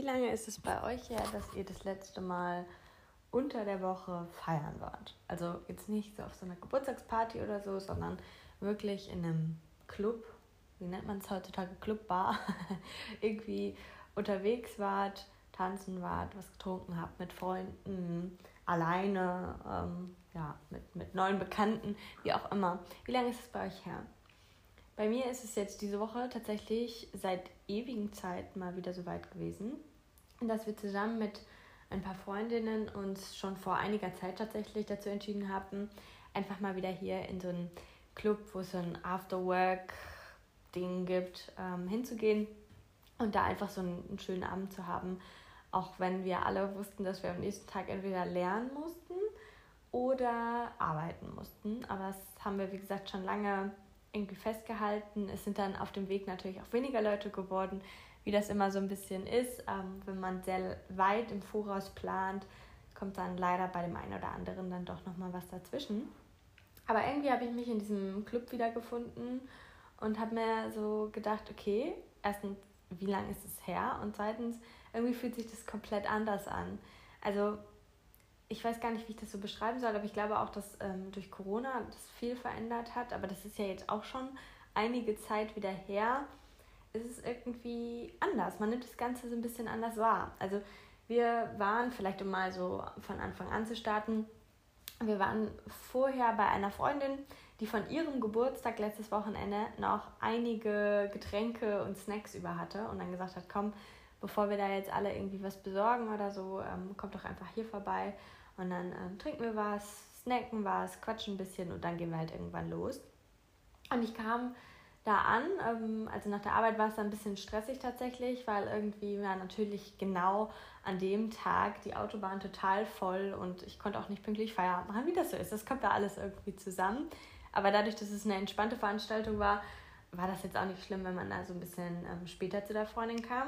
Wie lange ist es bei euch her, dass ihr das letzte Mal unter der Woche feiern wart? Also jetzt nicht so auf so einer Geburtstagsparty oder so, sondern wirklich in einem Club, wie nennt man es heutzutage, Clubbar, irgendwie unterwegs wart, tanzen wart, was getrunken habt mit Freunden, alleine, mit neuen Bekannten, wie auch immer. Wie lange ist es bei euch her? Bei mir ist es jetzt diese Woche tatsächlich seit ewigen Zeiten mal wieder so weit gewesen, dass wir zusammen mit ein paar Freundinnen uns schon vor einiger Zeit tatsächlich dazu entschieden hatten, einfach mal wieder hier in so einen Club, wo es so ein After-Work-Ding gibt, hinzugehen und da einfach so einen schönen Abend zu haben, auch wenn wir alle wussten, dass wir am nächsten Tag entweder lernen mussten oder arbeiten mussten. Aber das haben wir, wie gesagt, schon lange irgendwie festgehalten. Es sind dann auf dem Weg natürlich auch weniger Leute geworden, wie das immer so ein bisschen ist. Wenn man sehr weit im Voraus plant, kommt dann leider bei dem einen oder anderen dann doch nochmal was dazwischen. Aber irgendwie habe ich mich in diesem Club wiedergefunden und habe mir so gedacht, okay, erstens, wie lange ist es her? Und zweitens, irgendwie fühlt sich das komplett anders an. Also ich weiß gar nicht, wie ich das so beschreiben soll, aber ich glaube auch, dass durch Corona das viel verändert hat. Aber das ist ja jetzt auch schon einige Zeit wieder her. Es ist irgendwie anders. Man nimmt das Ganze so ein bisschen anders wahr. Also wir waren, vielleicht um mal so von Anfang an zu starten, wir waren vorher bei einer Freundin, die von ihrem Geburtstag letztes Wochenende noch einige Getränke und Snacks über hatte und dann gesagt hat, komm, bevor wir da jetzt alle irgendwie was besorgen oder so, kommt doch einfach hier vorbei und dann trinken wir was, snacken was, quatschen ein bisschen und dann gehen wir halt irgendwann los. Und ich kam da an, also nach der Arbeit war es dann ein bisschen stressig tatsächlich, weil irgendwie war natürlich genau an dem Tag die Autobahn total voll und ich konnte auch nicht pünktlich Feierabend machen, wie das so ist. Das kommt da alles irgendwie zusammen. Aber dadurch, dass es eine entspannte Veranstaltung war, war das jetzt auch nicht schlimm, wenn man da so ein bisschen später zu der Freundin kam.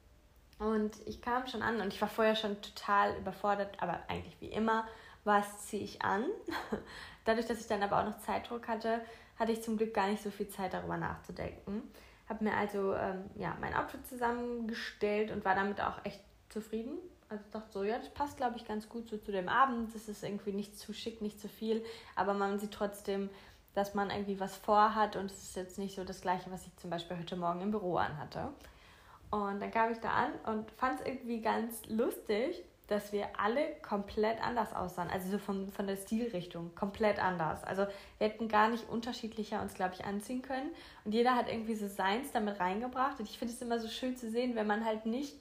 Und ich kam schon an und ich war vorher schon total überfordert, aber eigentlich wie immer, was ziehe ich an? Dadurch, dass ich dann aber auch noch Zeitdruck hatte, hatte ich zum Glück gar nicht so viel Zeit, darüber nachzudenken. Habe mir also mein Outfit zusammengestellt und war damit auch echt zufrieden. Also dachte so, ja, das passt, glaube ich, ganz gut so zu dem Abend. Das ist irgendwie nicht zu schick, nicht zu viel, aber man sieht trotzdem, dass man irgendwie was vorhat und es ist jetzt nicht so das Gleiche, was ich zum Beispiel heute Morgen im Büro anhatte. Und dann kam ich da an und fand es irgendwie ganz lustig, dass wir alle komplett anders aussahen. Also so von der Stilrichtung komplett anders. Also wir hätten gar nicht unterschiedlicher uns, glaube ich, anziehen können. Und jeder hat irgendwie so seins damit reingebracht. Und ich finde es immer so schön zu sehen, wenn man halt nicht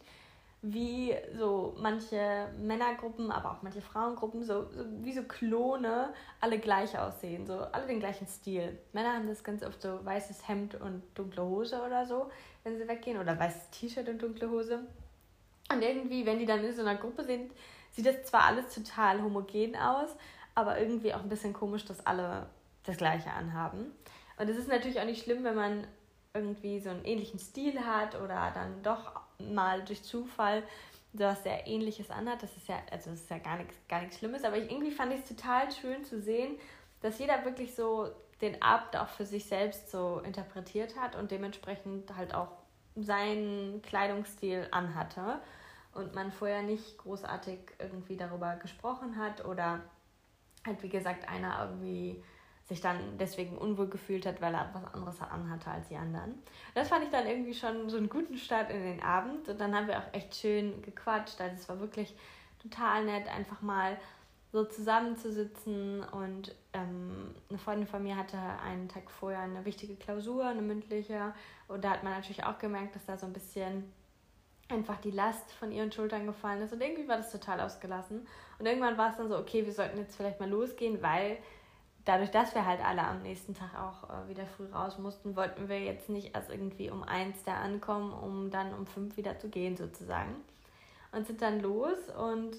wie so manche Männergruppen, aber auch manche Frauengruppen, so wie so Klone alle gleich aussehen. So alle den gleichen Stil. Männer haben das ganz oft so weißes Hemd und dunkle Hose oder so, wenn sie weggehen. Oder weißes T-Shirt und dunkle Hose. Und irgendwie, wenn die dann in so einer Gruppe sind, sieht das zwar alles total homogen aus, aber irgendwie auch ein bisschen komisch, dass alle das Gleiche anhaben. Und es ist natürlich auch nicht schlimm, wenn man irgendwie so einen ähnlichen Stil hat oder dann doch mal durch Zufall so was sehr Ähnliches anhat. Das ist ja gar nichts Schlimmes, aber irgendwie fand ich es total schön zu sehen, dass jeder wirklich so den Abend auch für sich selbst so interpretiert hat und dementsprechend halt auch seinen Kleidungsstil anhatte und man vorher nicht großartig irgendwie darüber gesprochen hat oder halt wie gesagt einer irgendwie sich dann deswegen unwohl gefühlt hat, weil er was anderes anhatte als die anderen. Das fand ich dann irgendwie schon so einen guten Start in den Abend und dann haben wir auch echt schön gequatscht, also es war wirklich total nett, einfach mal so zusammenzusitzen und eine Freundin von mir hatte einen Tag vorher eine wichtige Klausur, eine mündliche und da hat man natürlich auch gemerkt, dass da so ein bisschen einfach die Last von ihren Schultern gefallen ist und irgendwie war das total ausgelassen und irgendwann war es dann so, okay, wir sollten jetzt vielleicht mal losgehen, weil dadurch, dass wir halt alle am nächsten Tag auch wieder früh raus mussten, wollten wir jetzt nicht erst irgendwie um 1 da ankommen, um dann um 5 wieder zu gehen sozusagen. Und sind dann los und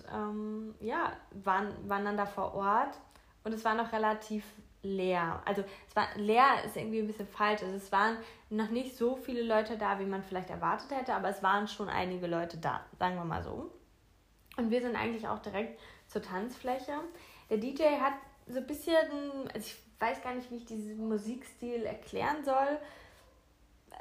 waren dann da vor Ort und es war noch relativ leer. Also es war leer ist irgendwie ein bisschen falsch. Also es waren noch nicht so viele Leute da, wie man vielleicht erwartet hätte, aber es waren schon einige Leute da, sagen wir mal so. Und wir sind eigentlich auch direkt zur Tanzfläche. Der DJ hat so ein bisschen, also ich weiß gar nicht, wie ich diesen Musikstil erklären soll.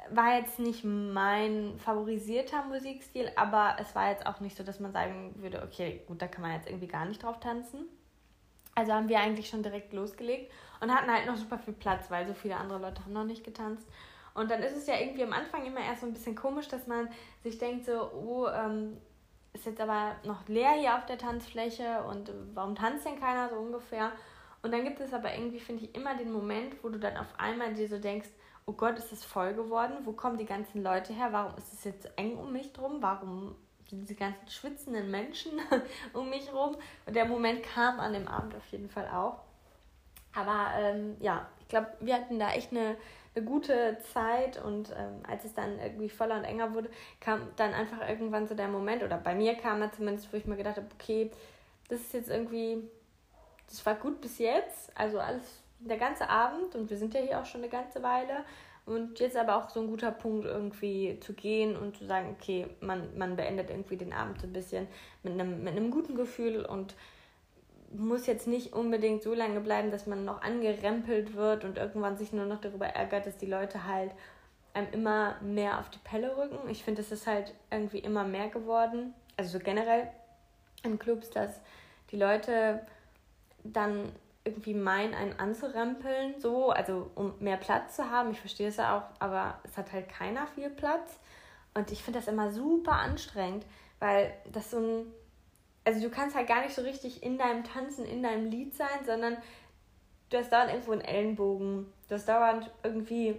war jetzt nicht mein favorisierter Musikstil, aber es war jetzt auch nicht so, dass man sagen würde, okay, gut, da kann man jetzt irgendwie gar nicht drauf tanzen. Also haben wir eigentlich schon direkt losgelegt und hatten halt noch super viel Platz, weil so viele andere Leute haben noch nicht getanzt. Und dann ist es ja irgendwie am Anfang immer erst so ein bisschen komisch, dass man sich denkt so, oh, ist jetzt aber noch leer hier auf der Tanzfläche und warum tanzt denn keiner so ungefähr? Und dann gibt es aber irgendwie, finde ich, immer den Moment, wo du dann auf einmal dir so denkst, oh Gott, ist es voll geworden? Wo kommen die ganzen Leute her? Warum ist es jetzt eng um mich drum? Warum sind diese ganzen schwitzenden Menschen um mich rum? Und der Moment kam an dem Abend auf jeden Fall auch. Aber ja, ich glaube, wir hatten da echt eine gute Zeit und als es dann irgendwie voller und enger wurde, kam dann einfach irgendwann so der Moment, oder bei mir kam er zumindest, wo ich mir gedacht habe, okay, das ist jetzt irgendwie, das war gut bis jetzt, also alles, der ganze Abend und wir sind ja hier auch schon eine ganze Weile und jetzt aber auch so ein guter Punkt irgendwie zu gehen und zu sagen, okay, man beendet irgendwie den Abend so ein bisschen mit einem guten Gefühl und muss jetzt nicht unbedingt so lange bleiben, dass man noch angerempelt wird und irgendwann sich nur noch darüber ärgert, dass die Leute halt einem immer mehr auf die Pelle rücken. Ich finde, es ist halt irgendwie immer mehr geworden, also so generell in Clubs, dass die Leute dann irgendwie meinen, einen anzurempeln, so, also um mehr Platz zu haben. Ich verstehe es ja auch, aber es hat halt keiner viel Platz. Und ich finde das immer super anstrengend, weil das so ein, also du kannst halt gar nicht so richtig in deinem Tanzen, in deinem Lied sein, sondern du hast dauernd irgendwo einen Ellenbogen, du hast dauernd irgendwie,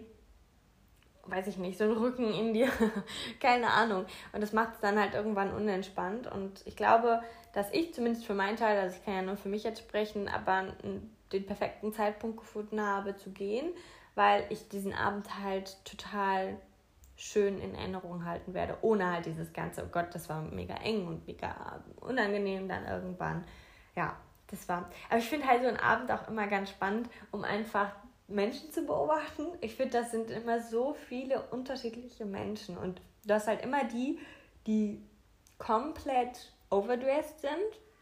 weiß ich nicht, so einen Rücken in dir, keine Ahnung. Und das macht es dann halt irgendwann unentspannt. Und ich glaube, dass ich zumindest für meinen Teil, also ich kann ja nur für mich jetzt sprechen, aber den perfekten Zeitpunkt gefunden habe zu gehen, weil ich diesen Abend halt total schön in Erinnerung halten werde, ohne halt dieses ganze, oh Gott, das war mega eng und mega unangenehm dann irgendwann. Ja, das war, aber ich finde halt so einen Abend auch immer ganz spannend, um einfach Menschen zu beobachten. Ich finde, das sind immer so viele unterschiedliche Menschen und du hast halt immer die komplett overdressed sind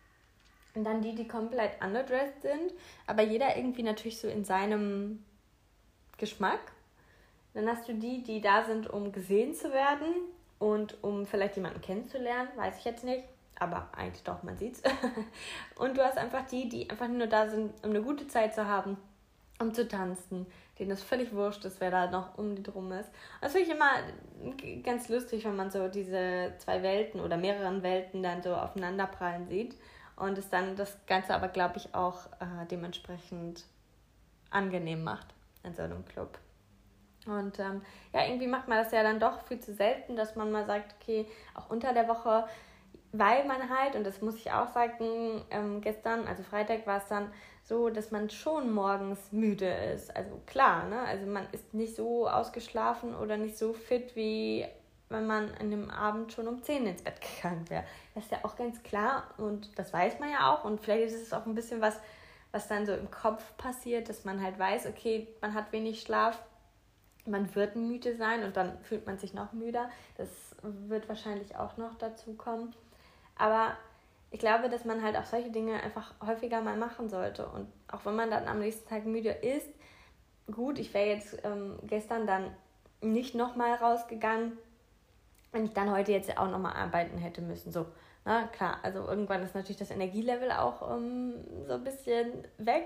und dann die komplett underdressed sind, aber jeder irgendwie natürlich so in seinem Geschmack. Dann hast du die da sind, um gesehen zu werden und um vielleicht jemanden kennenzulernen, weiß ich jetzt nicht, aber eigentlich doch, man sieht's. Und du hast einfach die einfach nur da sind, um eine gute Zeit zu haben, um zu tanzen, denen es völlig wurscht ist, wer da noch um die drum ist. Das finde ich immer ganz lustig, wenn man so diese zwei Welten oder mehreren Welten dann so aufeinanderprallen sieht und es dann das Ganze aber, glaube ich, auch dementsprechend angenehm macht in so einem Club. Und ja, irgendwie macht man das ja dann doch viel zu selten, dass man mal sagt, okay, auch unter der Woche, weil man halt, und das muss ich auch sagen, gestern, also Freitag war es dann so, dass man schon morgens müde ist. Also klar, ne? Also man ist nicht so ausgeschlafen oder nicht so fit, wie wenn man an dem Abend schon um 10 ins Bett gegangen wäre. Das ist ja auch ganz klar und das weiß man ja auch. Und vielleicht ist es auch ein bisschen was dann so im Kopf passiert, dass man halt weiß, okay, man hat wenig Schlaf, man wird müde sein und dann fühlt man sich noch müder. Das wird wahrscheinlich auch noch dazu kommen. Aber ich glaube, dass man halt auch solche Dinge einfach häufiger mal machen sollte. Und auch wenn man dann am nächsten Tag müde ist, gut, ich wäre jetzt gestern dann nicht nochmal rausgegangen, wenn ich dann heute jetzt auch nochmal arbeiten hätte müssen. So, na klar, also irgendwann ist natürlich das Energielevel auch so ein bisschen weg.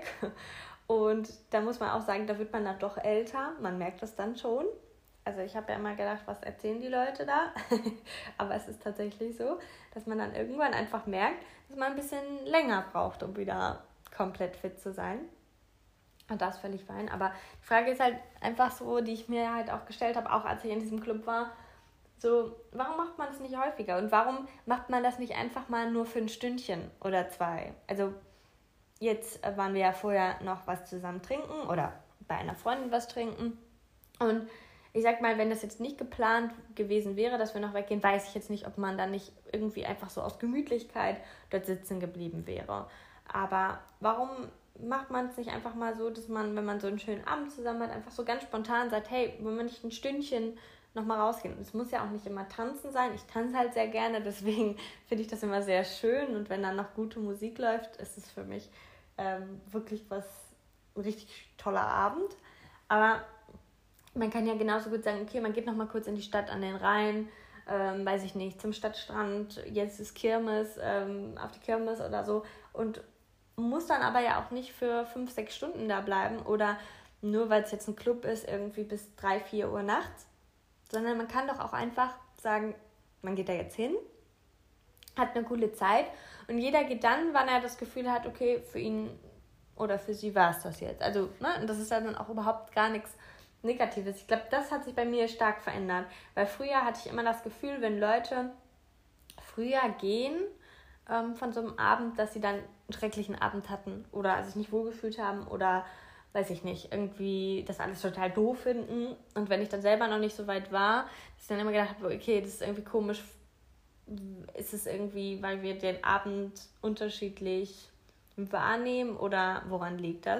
Und da muss man auch sagen, da wird man dann doch älter. Man merkt das dann schon. Also ich habe ja immer gedacht, was erzählen die Leute da? Aber es ist tatsächlich so, dass man dann irgendwann einfach merkt, dass man ein bisschen länger braucht, um wieder komplett fit zu sein. Und das ist völlig fein. Aber die Frage ist halt einfach so, die ich mir halt auch gestellt habe, auch als ich in diesem Club war, so, warum macht man das nicht häufiger? Und warum macht man das nicht einfach mal nur für ein Stündchen oder zwei? Also jetzt waren wir ja vorher noch was zusammen trinken oder bei einer Freundin was trinken. Und ich sag mal, wenn das jetzt nicht geplant gewesen wäre, dass wir noch weggehen, weiß ich jetzt nicht, ob man dann nicht irgendwie einfach so aus Gemütlichkeit dort sitzen geblieben wäre. Aber warum macht man es nicht einfach mal so, dass man, wenn man so einen schönen Abend zusammen hat, einfach so ganz spontan sagt, hey, wollen wir nicht ein Stündchen nochmal rausgehen? Und es muss ja auch nicht immer tanzen sein. Ich tanze halt sehr gerne, deswegen finde ich das immer sehr schön. Und wenn dann noch gute Musik läuft, ist es für mich wirklich ein richtig toller Abend. Aber Man kann ja genauso gut sagen, okay, man geht nochmal kurz in die Stadt an den Rhein, weiß ich nicht, zum Stadtstrand, jetzt ist Kirmes, auf die Kirmes oder so und muss dann aber ja auch nicht für 5-6 Stunden da bleiben oder nur weil es jetzt ein Club ist, irgendwie bis 3-4 Uhr nachts, sondern man kann doch auch einfach sagen, man geht da jetzt hin, hat eine coole Zeit und jeder geht dann, wann er das Gefühl hat, okay, für ihn oder für sie war es das jetzt. Also, ne, und das ist dann auch überhaupt gar nichts Negatives. Ich glaube, das hat sich bei mir stark verändert, weil früher hatte ich immer das Gefühl, wenn Leute früher gehen von so einem Abend, dass sie dann einen schrecklichen Abend hatten oder sich nicht wohlgefühlt haben oder weiß ich nicht, irgendwie das alles total doof finden. Und wenn ich dann selber noch nicht so weit war, dass ich dann immer gedacht habe, okay, das ist irgendwie komisch, ist es irgendwie, weil wir den Abend unterschiedlich wahrnehmen oder woran liegt das?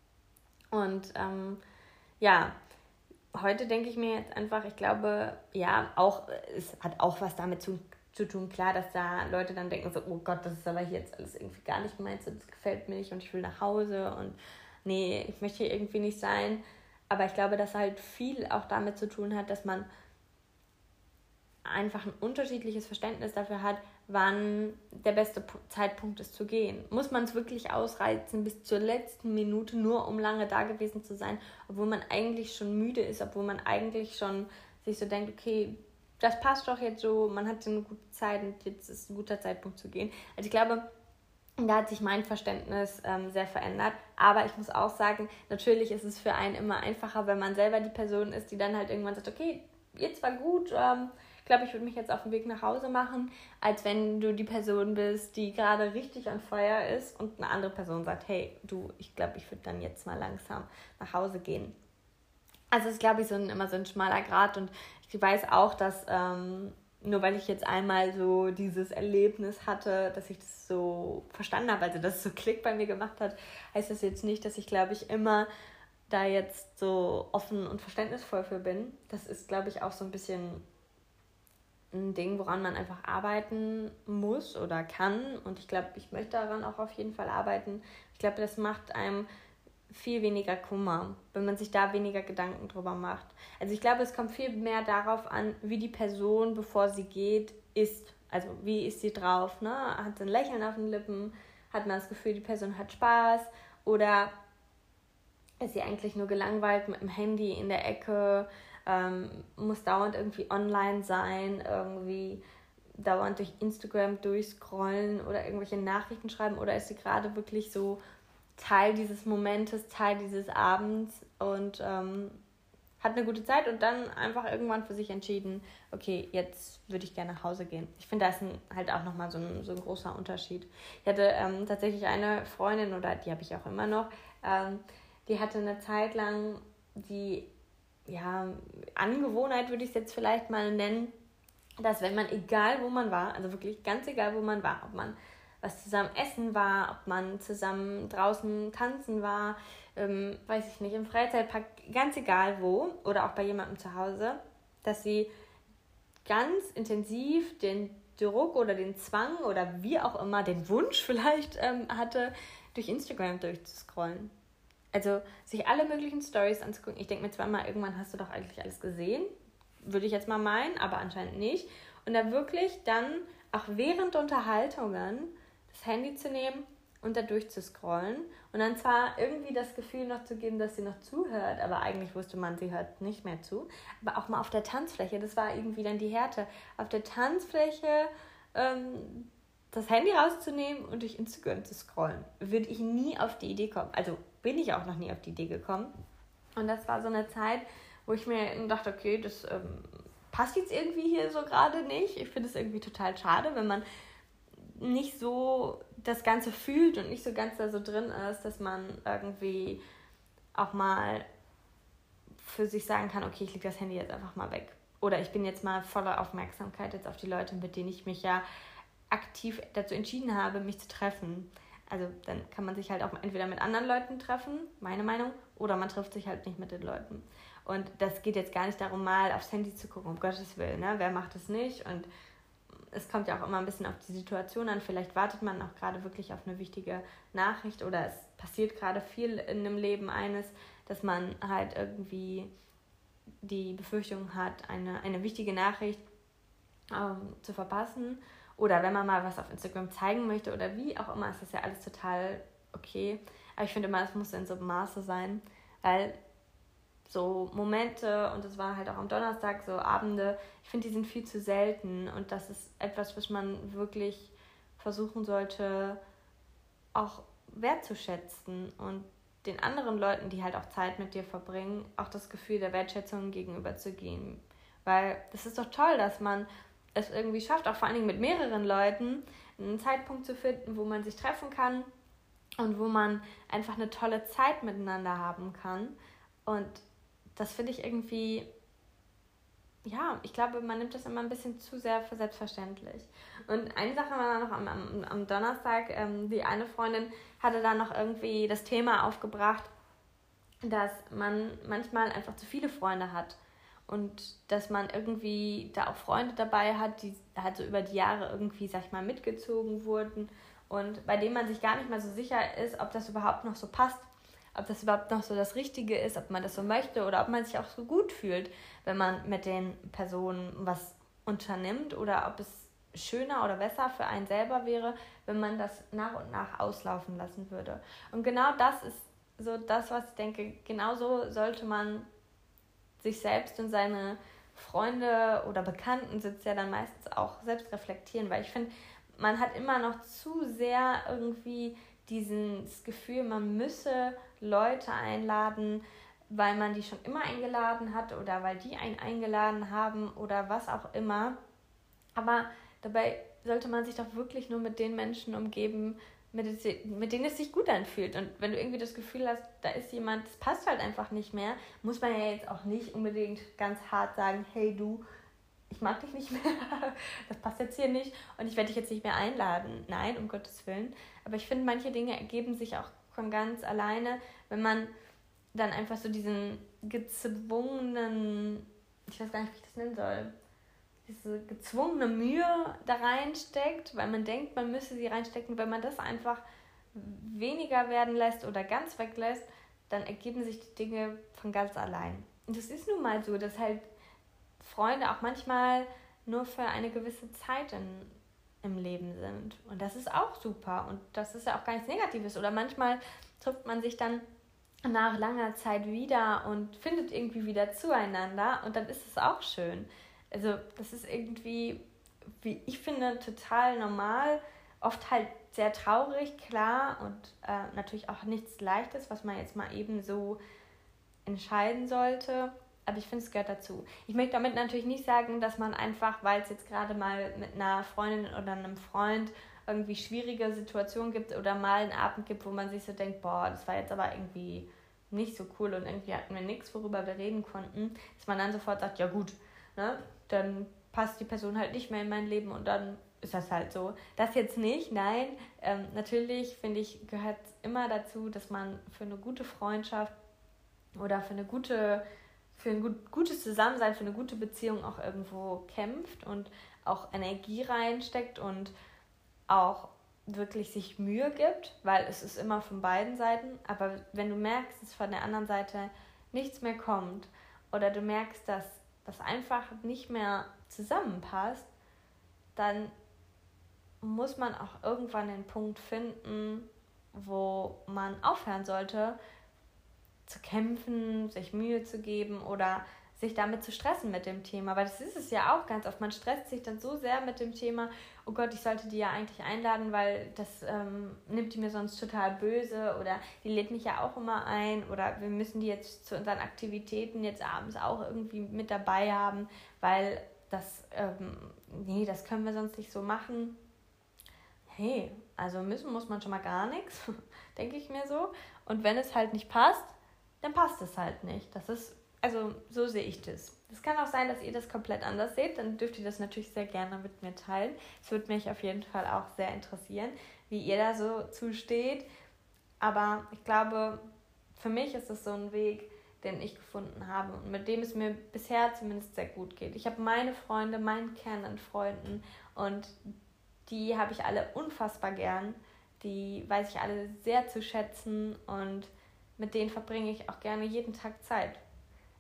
Und ja, heute denke ich mir jetzt einfach, ich glaube, ja, auch, es hat auch was damit zu tun, klar, dass da Leute dann denken so, oh Gott, das ist aber hier jetzt alles irgendwie gar nicht meins und das gefällt mir nicht und ich will nach Hause und nee, ich möchte hier irgendwie nicht sein. Aber ich glaube, dass halt viel auch damit zu tun hat, dass man einfach ein unterschiedliches Verständnis dafür hat, wann der beste Zeitpunkt ist zu gehen. Muss man es wirklich ausreizen bis zur letzten Minute, nur um lange da gewesen zu sein, obwohl man eigentlich schon müde ist, obwohl man eigentlich schon sich so denkt, okay, das passt doch jetzt so, man hat eine gute Zeit und jetzt ist ein guter Zeitpunkt zu gehen. Also ich glaube, da hat sich mein Verständnis sehr verändert. Aber ich muss auch sagen, natürlich ist es für einen immer einfacher, wenn man selber die Person ist, die dann halt irgendwann sagt, okay, jetzt war gut, ich glaube, ich würde mich jetzt auf den Weg nach Hause machen, als wenn du die Person bist, die gerade richtig on fire ist und eine andere Person sagt, hey, du, ich glaube, ich würde dann jetzt mal langsam nach Hause gehen. Also es ist, glaube ich, immer so ein schmaler Grat und ich weiß auch, dass nur weil ich jetzt einmal so dieses Erlebnis hatte, dass ich das so verstanden habe, also dass es so Klick bei mir gemacht hat, heißt das jetzt nicht, dass ich, glaube ich, immer da jetzt so offen und verständnisvoll für bin. Das ist, glaube ich, auch so ein bisschen ein Ding, woran man einfach arbeiten muss oder kann. Und ich glaube, ich möchte daran auch auf jeden Fall arbeiten. Ich glaube, das macht einem viel weniger Kummer, wenn man sich da weniger Gedanken drüber macht. Also ich glaube, es kommt viel mehr darauf an, wie die Person, bevor sie geht, ist. Also wie ist sie drauf, ne? Hat sie ein Lächeln auf den Lippen? Hat man das Gefühl, die Person hat Spaß? Oder ist sie eigentlich nur gelangweilt mit dem Handy in der Ecke? Muss dauernd irgendwie online sein, irgendwie dauernd durch Instagram durchscrollen oder irgendwelche Nachrichten schreiben? Oder ist sie gerade wirklich so Teil dieses Momentes, Teil dieses Abends und hat eine gute Zeit und dann einfach irgendwann für sich entschieden, okay, jetzt würde ich gerne nach Hause gehen. Ich finde, da ist halt auch nochmal so ein großer Unterschied. Ich hatte tatsächlich eine Freundin, oder die habe ich auch immer noch, die hatte eine Zeit lang die Angewohnheit, würde ich es jetzt vielleicht mal nennen, dass wenn man, egal wo man war, also wirklich ganz egal wo man war, ob man was zusammen essen war, ob man zusammen draußen tanzen war, weiß ich nicht, im Freizeitpark, ganz egal wo oder auch bei jemandem zu Hause, dass sie ganz intensiv den Druck oder den Zwang oder wie auch immer, den Wunsch vielleicht hatte, durch Instagram durchzuscrollen. Also sich alle möglichen Stories anzugucken. Ich denke mir zweimal, irgendwann hast du doch eigentlich alles gesehen. Würde ich jetzt mal meinen, aber anscheinend nicht. Und da wirklich dann auch während Unterhaltungen das Handy zu nehmen und da durchzuscrollen und dann zwar irgendwie das Gefühl noch zu geben, dass sie noch zuhört, aber eigentlich wusste man, sie hört nicht mehr zu. Aber auch mal auf der Tanzfläche, das war irgendwie dann die Härte, auf der Tanzfläche das Handy rauszunehmen und durch Instagram zu scrollen. Würde ich nie auf die Idee kommen. Also bin ich auch noch nie auf die Idee gekommen. Und das war so eine Zeit, wo ich mir dachte, okay, das passt jetzt irgendwie hier so gerade nicht. Ich finde es irgendwie total schade, wenn man nicht so das Ganze fühlt und nicht so ganz da so drin ist, dass man irgendwie auch mal für sich sagen kann, okay, ich lege das Handy jetzt einfach mal weg. Oder ich bin jetzt mal voller Aufmerksamkeit jetzt auf die Leute, mit denen ich mich ja aktiv dazu entschieden habe, mich zu treffen. Also dann kann man sich halt auch entweder mit anderen Leuten treffen, meine Meinung, oder man trifft sich halt nicht mit den Leuten. Und das geht jetzt gar nicht darum, mal aufs Handy zu gucken, um Gottes Willen, ne? Wer macht das nicht? Und es kommt ja auch immer ein bisschen auf die Situation an. Vielleicht wartet man auch gerade wirklich auf eine wichtige Nachricht oder es passiert gerade viel in dem Leben eines, dass man halt irgendwie die Befürchtung hat, eine wichtige Nachricht zu verpassen. Oder wenn man mal was auf Instagram zeigen möchte oder wie auch immer, ist das ja alles total okay. Aber ich finde immer, es muss in so einem Maße sein, weil so Momente, und das war halt auch am Donnerstag, so Abende, ich finde, die sind viel zu selten. Und das ist etwas, was man wirklich versuchen sollte, auch wertzuschätzen und den anderen Leuten, die halt auch Zeit mit dir verbringen, auch das Gefühl der Wertschätzung gegenüber zu geben. Weil das ist doch toll, dass man es irgendwie schafft, auch vor allen Dingen mit mehreren Leuten, einen Zeitpunkt zu finden, wo man sich treffen kann und wo man einfach eine tolle Zeit miteinander haben kann. Und das finde ich irgendwie, ja, ich glaube, man nimmt das immer ein bisschen zu sehr für selbstverständlich. Und eine Sache war dann noch am Donnerstag, die eine Freundin hatte dann noch irgendwie das Thema aufgebracht, dass man manchmal einfach zu viele Freunde hat. Und dass man irgendwie da auch Freunde dabei hat, die halt so über die Jahre irgendwie, sag ich mal, mitgezogen wurden und bei denen man sich gar nicht mehr so sicher ist, ob das überhaupt noch so passt, ob das überhaupt noch so das Richtige ist, ob man das so möchte oder ob man sich auch so gut fühlt, wenn man mit den Personen was unternimmt oder ob es schöner oder besser für einen selber wäre, wenn man das nach und nach auslaufen lassen würde. Und genau das ist so das, was ich denke, genauso sollte man sich selbst und seine Freunde oder Bekannten sitzt ja dann meistens auch selbst reflektieren, weil ich finde, man hat immer noch zu sehr irgendwie dieses Gefühl, man müsse Leute einladen, weil man die schon immer eingeladen hat oder weil die einen eingeladen haben oder was auch immer. Aber dabei sollte man sich doch wirklich nur mit den Menschen umgeben, mit denen es sich gut anfühlt. Und wenn du irgendwie das Gefühl hast, da ist jemand, das passt halt einfach nicht mehr, muss man ja jetzt auch nicht unbedingt ganz hart sagen, hey du, ich mag dich nicht mehr, das passt jetzt hier nicht und ich werde dich jetzt nicht mehr einladen. Nein, um Gottes Willen. Aber ich finde, manche Dinge ergeben sich auch von ganz alleine, wenn man dann einfach so diesen gezwungenen, ich weiß gar nicht, wie ich das nennen soll, diese gezwungene Mühe da reinsteckt, weil man denkt, man müsse sie reinstecken. Wenn man das einfach weniger werden lässt oder ganz weglässt, dann ergeben sich die Dinge von ganz allein. Und es ist nun mal so, dass halt Freunde auch manchmal nur für eine gewisse Zeit im Leben sind. Und das ist auch super. Und das ist ja auch gar nichts Negatives. Oder manchmal trifft man sich dann nach langer Zeit wieder und findet irgendwie wieder zueinander. Und dann ist es auch schön. Also das ist irgendwie, wie ich finde, total normal. Oft halt sehr traurig, klar. Und natürlich auch nichts Leichtes, was man jetzt mal eben so entscheiden sollte. Aber ich finde, es gehört dazu. Ich möchte damit natürlich nicht sagen, dass man einfach, weil es jetzt gerade mal mit einer Freundin oder einem Freund irgendwie schwierige Situationen gibt oder mal einen Abend gibt, wo man sich so denkt, boah, das war jetzt aber irgendwie nicht so cool und irgendwie hatten wir nichts, worüber wir reden konnten, dass man dann sofort sagt, ja gut, ne, dann passt die Person halt nicht mehr in mein Leben und dann ist das halt so. Das jetzt nicht, nein. Natürlich, finde ich, gehört immer dazu, dass man für eine gute Freundschaft oder für ein gutes Zusammensein, für eine gute Beziehung auch irgendwo kämpft und auch Energie reinsteckt und auch wirklich sich Mühe gibt, weil es ist immer von beiden Seiten. Aber wenn du merkst, dass von der anderen Seite nichts mehr kommt oder du merkst, dass das einfach nicht mehr zusammenpasst, dann muss man auch irgendwann den Punkt finden, wo man aufhören sollte, zu kämpfen, sich Mühe zu geben oder sich damit zu stressen mit dem Thema. Weil das ist es ja auch ganz oft. Man stresst sich dann so sehr mit dem Thema, oh Gott, ich sollte die ja eigentlich einladen, weil das nimmt die mir sonst total böse oder die lädt mich ja auch immer ein oder wir müssen die jetzt zu unseren Aktivitäten jetzt abends auch irgendwie mit dabei haben, weil das, das können wir sonst nicht so machen. Hey, also müssen muss man schon mal gar nichts, denke ich mir so. Und wenn es halt nicht passt, dann passt es halt nicht. Das ist, also so sehe ich das. Es kann auch sein, dass ihr das komplett anders seht, dann dürft ihr das natürlich sehr gerne mit mir teilen. Es würde mich auf jeden Fall auch sehr interessieren, wie ihr da so zusteht. Aber ich glaube, für mich ist es so ein Weg, den ich gefunden habe und mit dem es mir bisher zumindest sehr gut geht. Ich habe meine Freunde, meinen Kern an Freunden und die habe ich alle unfassbar gern. Die weiß ich alle sehr zu schätzen und mit denen verbringe ich auch gerne jeden Tag Zeit.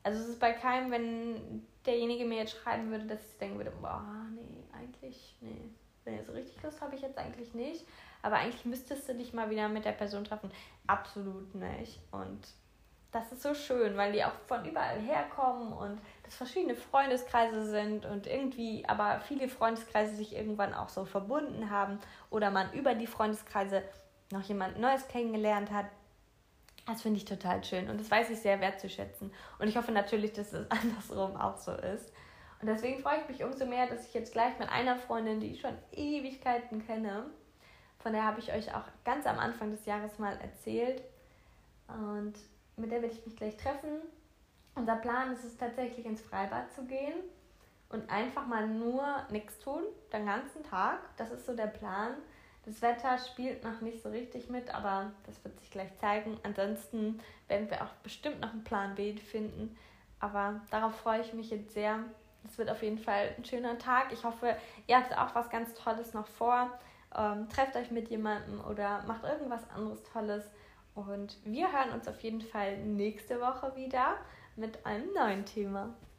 Also es ist bei keinem, wenn derjenige mir jetzt schreiben würde, dass ich denken würde, boah, nee, eigentlich, nee, so richtig Lust habe ich jetzt eigentlich nicht. Aber eigentlich müsstest du dich mal wieder mit der Person treffen. Absolut nicht. Und das ist so schön, weil die auch von überall herkommen und das verschiedene Freundeskreise sind und irgendwie aber viele Freundeskreise sich irgendwann auch so verbunden haben oder man über die Freundeskreise noch jemand Neues kennengelernt hat. Das finde ich total schön und das weiß ich sehr wertzuschätzen. Und ich hoffe natürlich, dass es andersrum auch so ist. Und deswegen freue ich mich umso mehr, dass ich jetzt gleich mit einer Freundin, die ich schon Ewigkeiten kenne, von der habe ich euch auch ganz am Anfang des Jahres mal erzählt. Und mit der werde ich mich gleich treffen. Unser Plan ist es tatsächlich, ins Freibad zu gehen und einfach mal nur nichts tun, den ganzen Tag. Das ist so der Plan. Das Wetter spielt noch nicht so richtig mit, aber das wird sich gleich zeigen. Ansonsten werden wir auch bestimmt noch einen Plan B finden. Aber darauf freue ich mich jetzt sehr. Es wird auf jeden Fall ein schöner Tag. Ich hoffe, ihr habt auch was ganz Tolles noch vor. Trefft euch mit jemandem oder macht irgendwas anderes Tolles. Und wir hören uns auf jeden Fall nächste Woche wieder mit einem neuen Thema.